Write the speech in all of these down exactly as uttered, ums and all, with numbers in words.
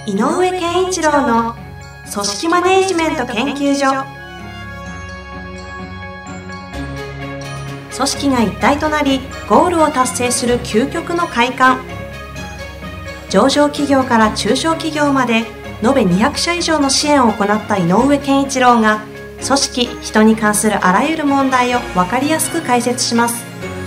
井上健一郎の組織マネージメント研究所。組織が一体となりゴールを達成する究極の快感。上場企業から中小企業まで延べにひゃくしゃ以上の支援を行った井上健一郎が、組織・人に関するあらゆる問題を分かりやすく解説します。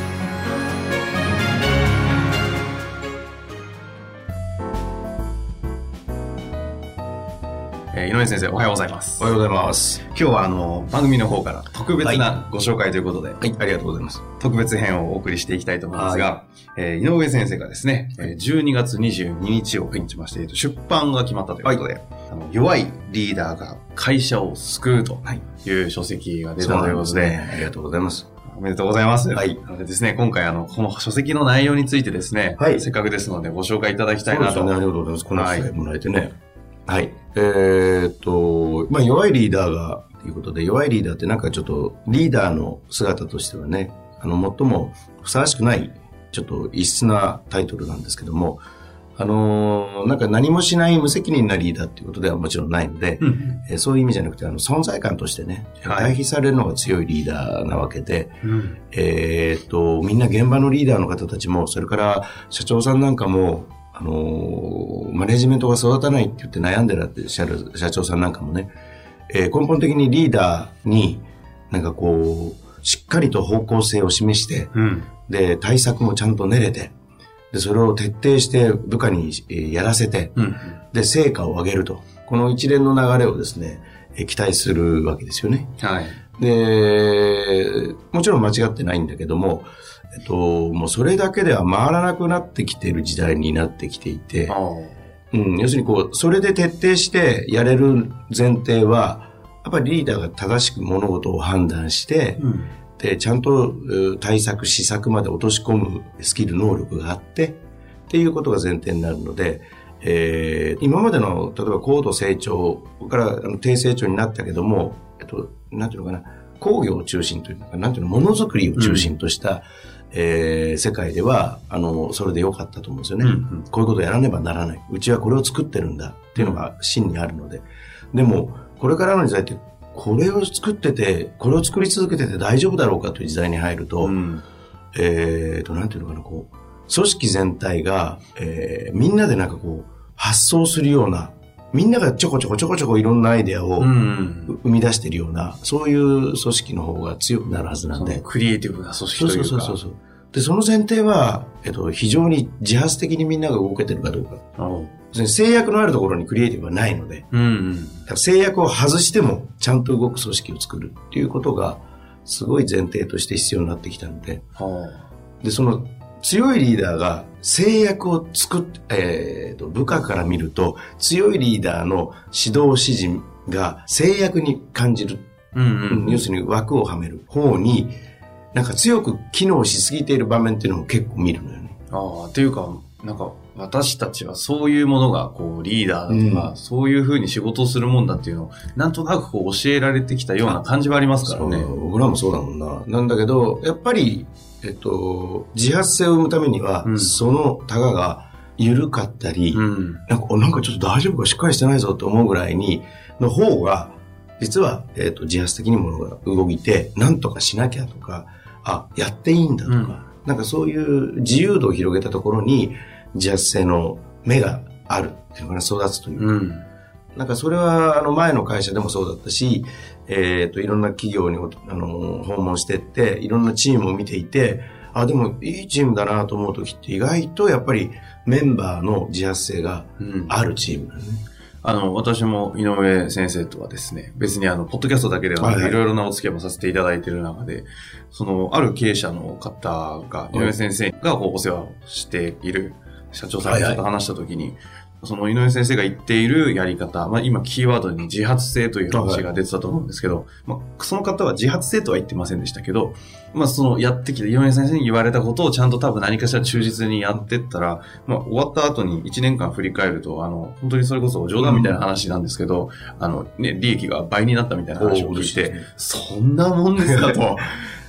井上先生、おはようございます。 おはようございます。 今日はあの番組の方から特別なご紹介ということで、 はい、ありがとうございます。 特別編をお送りしていきたいと思いますが、えー、井上先生がですね、じゅうにがつにじゅうににちをもちまして、出版が決まったということで、はい、あの弱いリーダーが会社を救うという書籍が出たということで、はい、 ね、ありがとうございます。 おめでとうございます。 はい。 なのでですね、今回あの、この書籍の内容についてですね、はい、せっかくですのでご紹介いただきたいなと。 そうですね、ありがとうございます。この機会もらえてね。はい。えー、っと、まあ、弱いリーダーが、ということで、弱いリーダーってなんかちょっと、リーダーの姿としてはね、あの、最もふさわしくない、ちょっと異質なタイトルなんですけども、あのー、なんか何もしない無責任なリーダーっていうことではもちろんないので、うん、えー、そういう意味じゃなくて、あの、存在感としてね、対比されるのが強いリーダーなわけで、うん、えー、っと、みんな現場のリーダーの方たちも、それから社長さんなんかも、あのー、マネジメントが育たないって言って悩んでらっしゃる社長さんなんかもね、えー、根本的にリーダーになんかこうしっかりと方向性を示して、うん、で対策もちゃんと練れて、でそれを徹底して部下にやらせて、うん、で成果を上げると、この一連の流れをですね、期待するわけですよね。はい。でもちろん間違ってないんだけども、えっと、もうそれだけでは回らなくなってきている時代になってきていて、うん、要するにこうそれで徹底してやれる前提はやっぱりリーダーが正しく物事を判断して、うん、でちゃんと対策施策まで落とし込むスキル能力があってっていうことが前提になるので、えー、今までの例えば高度成長からあの低成長になったけども、えっと、なんていうのかな、工業を中心というか、なんていうの、ものづくりを中心とした、うん、えー、世界ではあのそれで良かったと思うんですよね、うんうん、こういうことをやらねばならない、うちはこれを作ってるんだっていうのが真にあるので、でもこれからの時代ってこれを作っててこれを作り続けてて大丈夫だろうかという時代に入ると、うん、えーとなんていうのかな、こう組織全体が、えー、みんなでなんかこう発想するような、みんながちょこちょこちょこちょこいろんなアイデアを生み出しているような、そういう組織の方が強くなるはずなんで。 クリエイティブな組織というか。 そうそうそうそう。で、その前提は、えっと、非常に自発的にみんなが動けてるかどうか。制約のあるところにクリエイティブはないので、うんうん、だから制約を外してもちゃんと動く組織を作るっていうことがすごい前提として必要になってきたので、はあ、で、その強いリーダーが制約を作っ、えーと、部下から見ると強いリーダーの指導指示が制約に感じる、うんうんうん、要するに枠をはめる方になんか強く機能しすぎている場面っていうのも結構見るのよね。 ああ、というかなんか私たちはそういうものがこうリーダーだとか、うん、そういうふうに仕事をするもんだっていうのをなんとなくこう教えられてきたような感じはありますからね。 僕らもそうだもんな。なんだけどやっぱりえっと、自発性を生むためには、うん、そのタガが緩かったり、うん、なんか、なんかちょっと大丈夫かしっかりしてないぞと思うぐらいにの方が実は、えっと、自発的に物が動いてなんとかしなきゃとか、あ、やっていいんだとか、うん、なんかそういう自由度を広げたところに自発性の芽があるっていうのかな、育つというか、うん、なんかそれはあの前の会社でもそうだったし、えっと、いろんな企業にあの訪問してって、いろんなチームを見ていて、あ、でもいいチームだなと思うときって意外とやっぱりメンバーの自発性があるチームなんね。うん、 あの、私も井上先生とはですね、別にあの、ポッドキャストだけではなくて、いろいろなお付き合いもさせていただいている中で、その、ある経営者の方が、井上先生がこうお世話をしている社長さんにちょっと話したときに、はいはい、その井上先生が言っているやり方、まあ今キーワードに自発性という話が出てたと思うんですけど、はい、まあその方は自発性とは言ってませんでしたけど、まあそのやってきて井上先生に言われたことをちゃんと多分何かしら忠実にやってったら、まあ終わった後にいちねんかん振り返ると、あの、本当にそれこそ冗談みたいな話なんですけど、うん、あのね、利益が倍になったみたいな話を聞いて、ね、そんなもんですかと。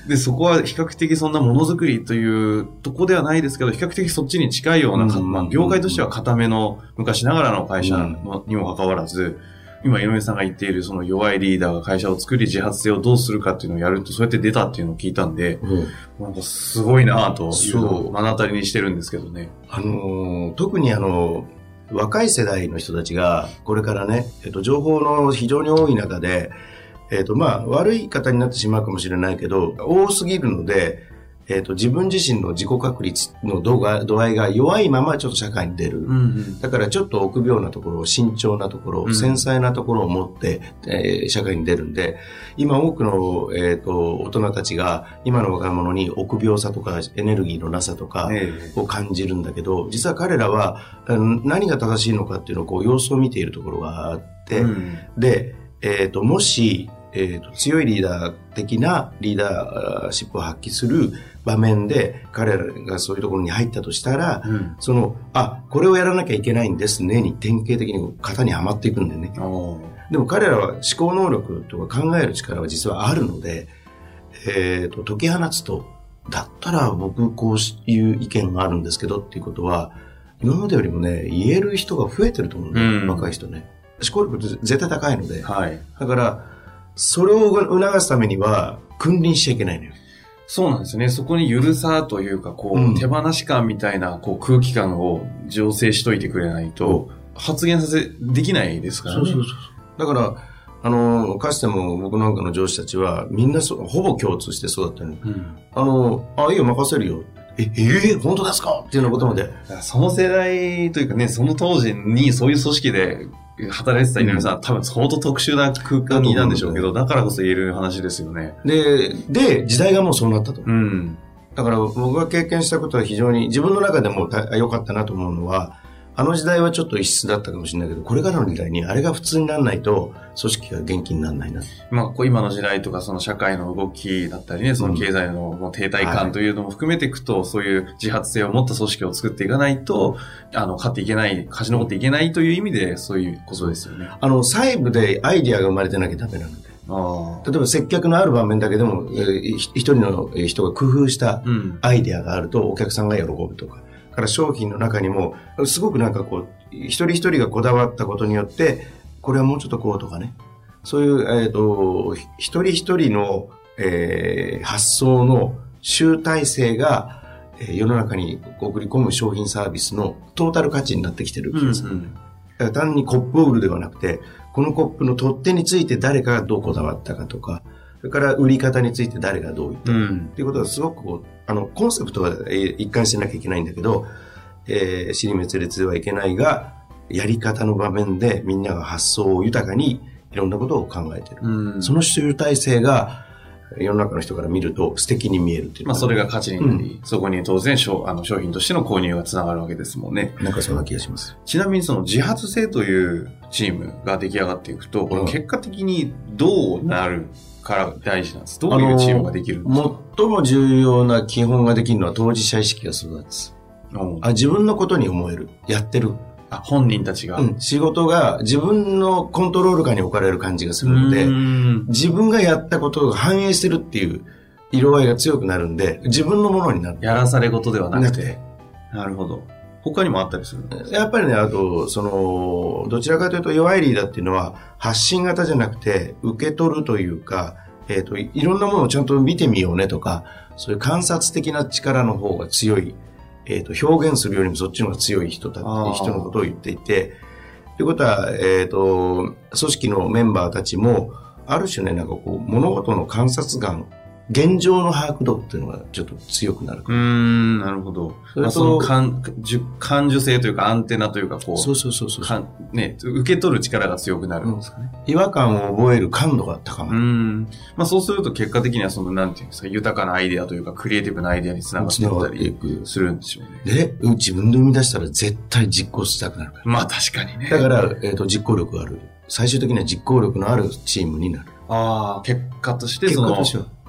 で、そこは比較的そんなものづくりというとこではないですけど、比較的そっちに近いような、うん、まあ、業界としては固めの昔ながらの会社のにもかかわらず、今、井上さんが言っているその弱いリーダーが会社を作り自発性をどうするかっていうのをやると、そうやって出たっていうのを聞いたんで、うん、なんかすごいなぁというのを目の当たりにしてるんですけどね。 あのー、特にあの、若い世代の人たちが、これからね、えっと、情報の非常に多い中で、えっと、まあ、悪い方になってしまうかもしれないけど、多すぎるので、えっと、自分自身の自己確立の度が、度合いが弱いままちょっと社会に出る。うんうん、だからちょっと臆病なところ、慎重なところ、うん、繊細なところを持って、えー、社会に出るんで、今多くの、えっと、大人たちが、今の若者に臆病さとかエネルギーのなさとかを感じるんだけど、実は彼らは何が正しいのかっていうのをこう様子を見ているところがあって、うん、で、えっと、もし、えーと、強いリーダー的なリーダーシップを発揮する場面で彼らがそういうところに入ったとしたら、うん、そのあこれをやらなきゃいけないんですねに典型的に型にはまっていくんでね。でも彼らは思考能力とか考える力は実はあるので、えーと、解き放つとだったら僕こういう意見があるんですけどっていうことは今までよりもね言える人が増えてると思うんだよ、うん、若い人ね。思考力って絶対高いので、はい、だからそれを促すためには君臨しちゃいけないのよ。 そうなんですね。そこにゆるさというか、こう、うん、手放し感みたいな、こう、空気感を醸成しといてくれないと、発言させ、できないですからね。そうそうそう。 だから、あの、かつても僕なんかの上司たちは、みんなそほぼ共通してそうだったのに、うん、あの、あ、いいよ、任せるよ。え、えー、本当ですかっていうようなことまで。 その世代というかね、その当時にそういう組織で、働いてた井上さん、うん、多分相当特殊な空間にいたんでしょうけど、だからこそ言える話ですよね。 で、で、時代がもうそうなったと。うん。だから僕が経験したことは非常に自分の中でも良かったなと思うのは、あの時代はちょっと異質だったかもしれないけど、これからの時代にあれが普通にならないと、組織が元気にならないな。 まあ、こう今の時代とか、その社会の動きだったりね、その経済の停滞感というのも含めていくと、うんはい、そういう自発性を持った組織を作っていかないと、あの、勝っていけない、勝ち残っていけないという意味で、そういうことですよね。 あの、細部でアイディアが生まれてなきゃダメなので。あ例えば接客のある場面だけでも、えー、一人の人が工夫したアイディアがあると、お客さんが喜ぶとか。から商品の中にもすごくなんかこう一人一人がこだわったことによってこれはもうちょっとこうとかねそういう、えー、と一人一人の、えー、発想の集大成が、えー、世の中に送り込む商品サービスのトータル価値になってきてる気がする、うんうん、だから単にコップを売るではなくてこのコップの取っ手について誰かがどうこだわったかとかそれから売り方について誰がどう言ったか、うん、っていうことはすごくこうあのコンセプトは一貫してなきゃいけないんだけど、えー、尻滅裂ではいけないがやり方の場面でみんなが発想を豊かにいろんなことを考えてる、うん、その集大成が世の中の人から見ると素敵に見えるっていう、 まあ、それが価値になり、うん、そこに当然商あの商品としての購入がつながるわけですもんね。 なんかそんな気がします。 ちなみにその自発性というチームが出来上がっていくと、うん、結果的にどうなるから大事なんです。どういうチームができるんですか？ 最も重要な基本ができるのは当事者意識が育つ。あ、自分のことに思える。やってる。 あ、本人たちが、 うん。仕事が自分のコントロール下に置かれる感じがするので、自分がやったことが反映してるっていう色合いが強くなるんで、自分のものになる。 やらされ事ではなくて。なるほど。他にもあったりするんですか？ やっぱりね、あと、その、どちらかというと弱いリーダーっていうのは発信型じゃなくて受け取るというか、えっと、いろんなものをちゃんと見てみようねとか、そういう観察的な力の方が強い、えっと、表現するよりもそっちの方が強い人だって人のことを言っていて、ということは、えっと、組織のメンバーたちも、ある種ね、なんかこう、物事の観察眼、現状の把握度っていうのがちょっと強くなる。 うーん、なるほど。それと、まあ、その感、感受性というかアンテナというかこう、 そうそうそうそう。 ね、受け取る力が強くなるんですかね。 うん、違和感を覚える感度が高まる。 うん。まあそうすると結果的にはその、なんていうんですか、豊かなアイデアというかクリエイティブなアイデアにつながっていったりするんでしょうね。 で、自分で生み出したら絶対実行したくなるから。 まあ確かにね。 だから、えっと、実行力がある。最終的には実行力のあるチームになる。 ああ、結果としてその、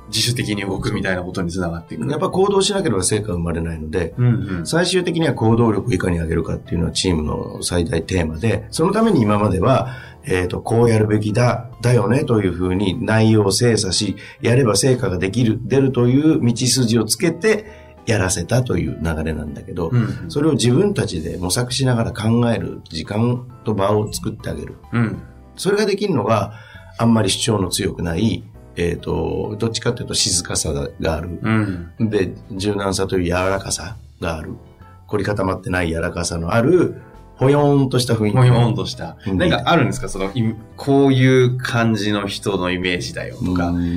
自主的に動くみたいなことにつながっていく。 やっぱ行動しなければ成果が生まれないので、 うんうん、 最終的には行動力をいかに上げるかっていうのはチームの最大テーマで、そのために今までは、えっと、こうやるべきだ、だよねというふうに内容を精査し、やれば成果ができる、出るという道筋をつけてやらせたという流れなんだけど、うんうん、それを自分たちで模索しながら考える時間と場を作ってあげる。うん、それができるのが、あんまり主張の強くない、えっと、どっちかというと静かさがある。うん、で、柔軟さという柔らかさがある。凝り固まってない柔らかさのある、ほよーんとした雰囲気。 ほよーんとした。何かあるんですかその、こういう感じの人のイメージだよとか。 うん、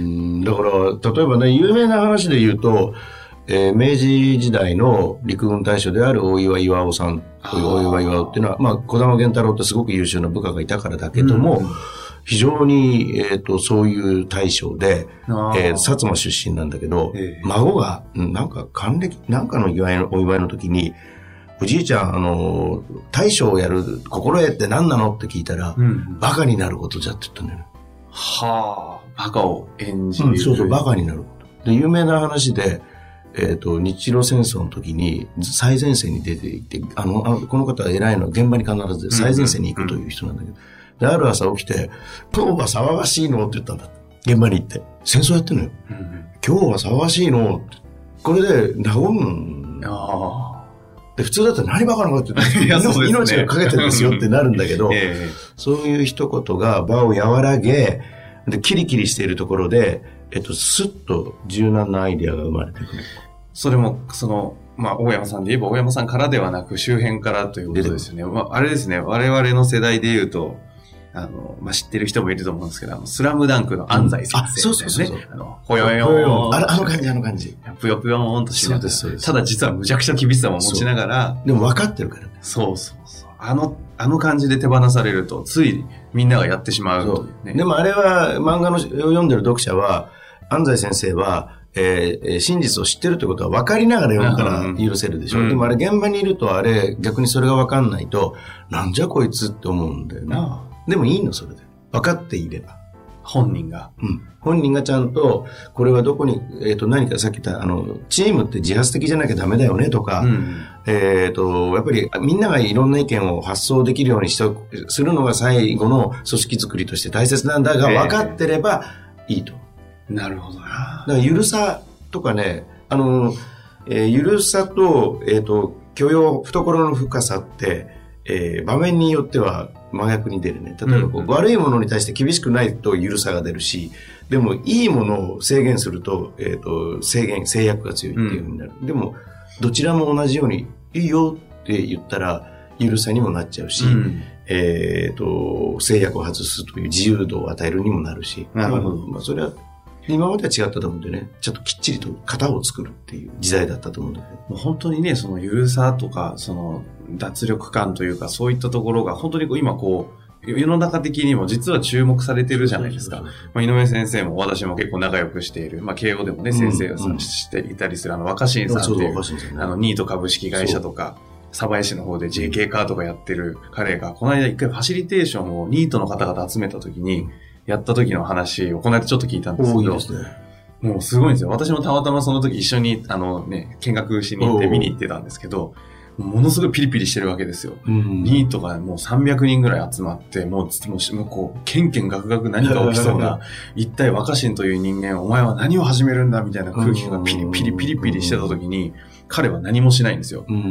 だから、例えばね、有名な話で言うと、えー、明治時代の陸軍大将である大岩巌さん、大岩巌っていうのは、まあ、児玉源太郎ってすごく優秀な部下がいたからだけども、うん、非常に、えっと、そういう大将で、えー、薩摩出身なんだけど、えー、孫が、なんか還暦、なんかの祝いの、お祝いの時に、おじいちゃん、あの、大将をやる心得って何なのって聞いたら、うん、バカになることじゃって言ったんだよね。 はあ、バカを演じる、 うん。そうそう、バカになること。で、有名な話で、えっと、日露戦争の時に最前線に出ていって、あの、あのこの方は偉いのは現場に必ず最前線に行くという人なんだけど、で、ある朝起きて、今日は騒がしいのって言ったんだ。現場に行って。戦争やってんのよ。うんうん、今日は騒がしいのって。これで和む。あで、普通だったら何バカなのって言って、ね、命がかけてるんですよってなるんだけど、えー、そういう一言が場を和らげ、で、キリキリしているところで、えっと、スッと柔軟なアイデアが生まれてくる。 それも、その、まあ、大山さんで言えば、大山さんからではなく、周辺からということですよね。まあ、あれですね、我々の世代で言うと、あの、まあ、知ってる人もいると思うんですけど、あの、スラムダンクの安西先生、ね、うん。あ、そうそうそうそう。あの、ほよよーん。 あの感じ、あの感じ。 ぷよぷよーんとしながら。そうです、そうです。ただ実はむちゃくちゃ厳しさも持ちながら。 でも分かってるからね。 そうそうそう。あの、あの感じで手放されると、ついみんながやってしまうというね。 でもあれは、漫画の読んでる読者は、安西先生は、えー、真実を知ってるということは分かりながら読むから許せるでしょ、うん、でもあれ現場にいるとあれ逆にそれが分かんないとなんじゃこいつって思うんだよね。でもいいのそれで分かっていれば本人が、 うん、本人がちゃんとこれはどこに、えー、と何かさっき言ったあのチームって自発的じゃなきゃダメだよねとか、うん、えー、とやっぱりみんながいろんな意見を発想できるようにしするのが最後の組織作りとして大切なんだが分かってればいいと、 えー、なるほどな。 だからゆるさとかね、あの、えー、ゆるさと、えっと、許容、懐の深さって、えー、場面によっては真逆に出るね。例えばこう、うん、悪いものに対して厳しくないとゆるさが出るし、でもいいものを制限すると、えっと、制限、制約が強いっていうふうになる。うん、でも、どちらも同じように、いいよって言ったら、ゆるさにもなっちゃうし、うん、えっと、制約を外すという自由度を与えるにもなるし、なるほど。まあ、それは、今までは違ったと思うんでね、ちょっときっちりと型を作るっていう時代だったと思うんだけど。 もう本当にね、そのゆるさとか、その脱力感というか、そういったところが本当にこう今こう、世の中的にも実は注目されてるじゃないですか。まあ、井上先生も私も結構仲良くしている、まあ、慶応でもね、先生をしていたりする、あの、若新さんっていう、あの、ニート株式会社とか、鯖江市の方で ジェーケー カーとかやってる彼が、この間一回ファシリテーションをニートの方々集めた時に、やった時の話をこの間ちょっと聞いたんですけど、いいですね、もうすごいんですよ。私もたまたまその時一緒にあのね、見学しに行って見に行ってたんですけど、ものすごいピリピリしてるわけですよ。うん、ニートがもうさんびゃくにんぐらい集まって、もう、もう、もうこう、ケンケンガクガク何か起きそうな、一体若新という人間、お前は何を始めるんだみたいな空気がピリピリピリピリしてた時に、彼は何もしないんですよ。うん、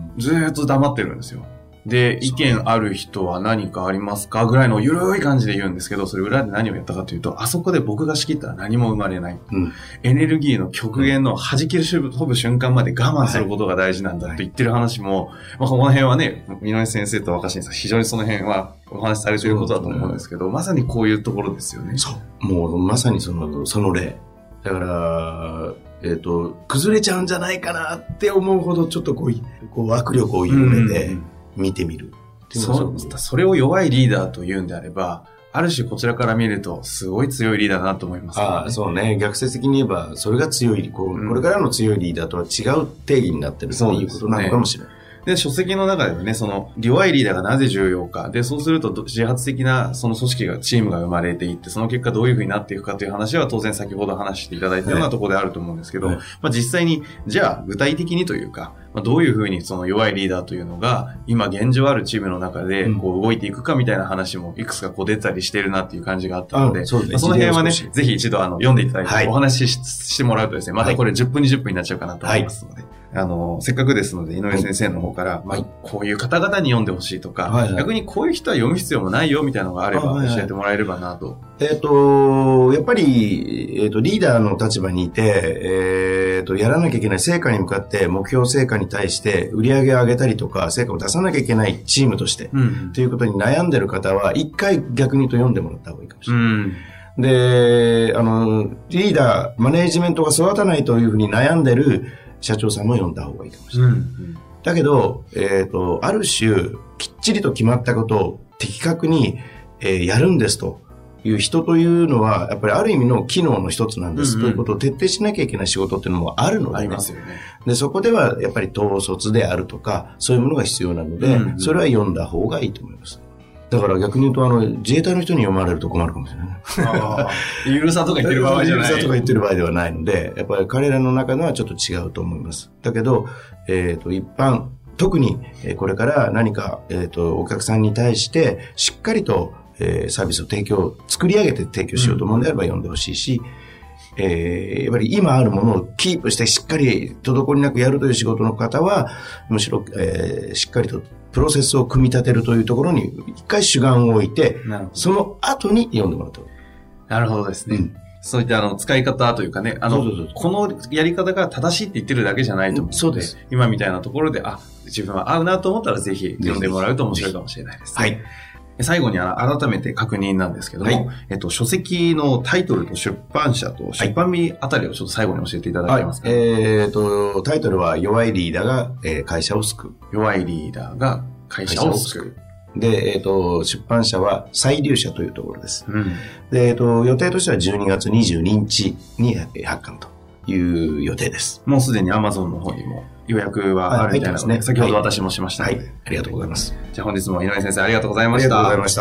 ずーっと黙ってるんですよ。で、意見ある人は何かありますかぐらいのゆるい感じで言うんですけど、それ裏で何をやったかというと、あそこで僕が仕切ったら何も生まれない。うん、エネルギーの極限の弾ける飛ぶ瞬間まで我慢することが大事なんだと言ってる話も、はい、まあ、この辺はね、井上先生と若新さん、非常にその辺はお話しされていることだと思うんですけど、まさにこういうところですよね。 そう。もうまさにその、その例。だから、えっと、崩れちゃうんじゃないかなって思うほど、ちょっとこう、こう握力を緩めて、うんうん見てみるっていうのはそ, それを弱いリーダーというんであれば、ある種こちらから見るとすごい強いリーダーだなと思います、ね、 ああ、そうね。逆説的に言えばそれが強いこう、うん、これからの強いリーダーとは違う定義になってるっていうことなのかもしれない。 で、書籍の中ではね、その、弱いリーダーがなぜ重要か。で、そうすると、自発的な、その組織が、チームが生まれていって、その結果どういうふうになっていくかという話は、当然先ほど話していただいたようなところであると思うんですけど、はい、まあ実際に、じゃあ、具体的にというか、まあ、どういうふうにその弱いリーダーというのが、今現状あるチームの中で、こう動いていくかみたいな話も、いくつかこう出たりしてるなっていう感じがあったので、そ, でね、その辺はね、ぜひ一度あの、読んでいただいて、はい、お話し し, してもらうとですね、またこれじゅっぷん、にじゅっぷんになっちゃうかなと思いますので、はいあの、せっかくですので、井上先生の方から、はい、まあ、こういう方々に読んでほしいとか、はいはい、逆にこういう人は読む必要もないよみたいなのがあれば、教えてもらえればなと。 はいはい、えっ、ー、と、やっぱり、えっ、ー、と、リーダーの立場にいて、えっ、ー、と、やらなきゃいけない成果に向かって、目標成果に対して売り上げを上げたりとか、成果を出さなきゃいけないチームとして、うん、ということに悩んでる方は、一回逆にと読んでもらった方がいいかもしれない。うんで、あの、リーダー、マネージメントが育たないというふうに悩んでる社長さんも読んだ方がいいかもしれない。うんうん、だけど、えっと、ある種、きっちりと決まったことを的確に、えー、やるんですという人というのは、やっぱりある意味の機能の一つなんです、うんうん、ということを徹底しなきゃいけない仕事っていうのもあるので、ね、 ありますよね。 で、そこではやっぱり統率であるとか、そういうものが必要なので、うんうん、それは読んだ方がいいと思います。だから逆に言うと、あの、自衛隊の人に読まれると困るかもしれない。 ああ。ゆるさとか言ってる場合じゃない。 ゆるさとか言ってる場合ではないので、やっぱり彼らの中ではちょっと違うと思います。だけど、えっと、一般、特に、これから何か、えっと、お客さんに対して、しっかりと、えー、サービスを提供、作り上げて提供しようと思うんであれば読んでほしいし、うん、えー、やっぱり今あるものをキープしてしっかり滞りなくやるという仕事の方は、むしろ、えー、しっかりとプロセスを組み立てるというところに一回主眼を置いて、その後に読んでもらうと。 なるほどですね。うん、そういったあの使い方というかね、あの、そうそうそうこのやり方が正しいって言ってるだけじゃないと思うので、そうです。今みたいなところで、あ、自分は合うなと思ったらぜひ読んでもらうと面白いかもしれないです、ね。はい。最後に改めて確認なんですけども、はい、えっと、書籍のタイトルと出版社と出版日あたりをちょっと最後に教えていただけますか、はいはい、 えー、っと、タイトルは弱いリーダーが、えー、会社を救う。 弱いリーダーが会社を救う。で、えっ、ー、と、出版社は彩龍社というところです。うん、で、えっ、ー、と、予定としてはじゅうにがつにじゅうににちに発刊という予定です。 もうすでに Amazon の方にも予約はあるみたいなので、ね、先ほど私もしましたので、はいはい。 ありがとうございます。 じゃあ本日も井上先生ありがとうございました。 ありがとうございました。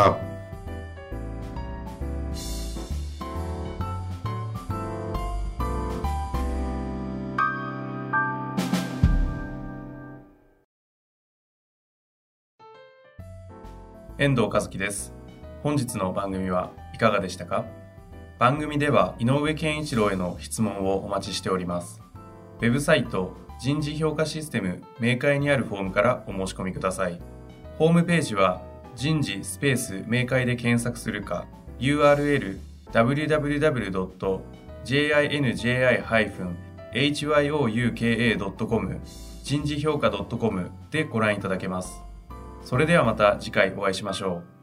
遠藤和樹です。本日の番組はいかがでしたか？番組では井上健一郎への質問をお待ちしております。ウェブサイト人事評価システム明快にあるフォームからお申し込みください。ホームページは人事スペース明快で検索するか ユーアールエル ダブリューダブリューダブリュードットジェイアイエヌジェイアイ ハイフン エイチワイオーユーケーエー ドットコム 人事評価 ドットコム でご覧いただけます。それではまた次回お会いしましょう。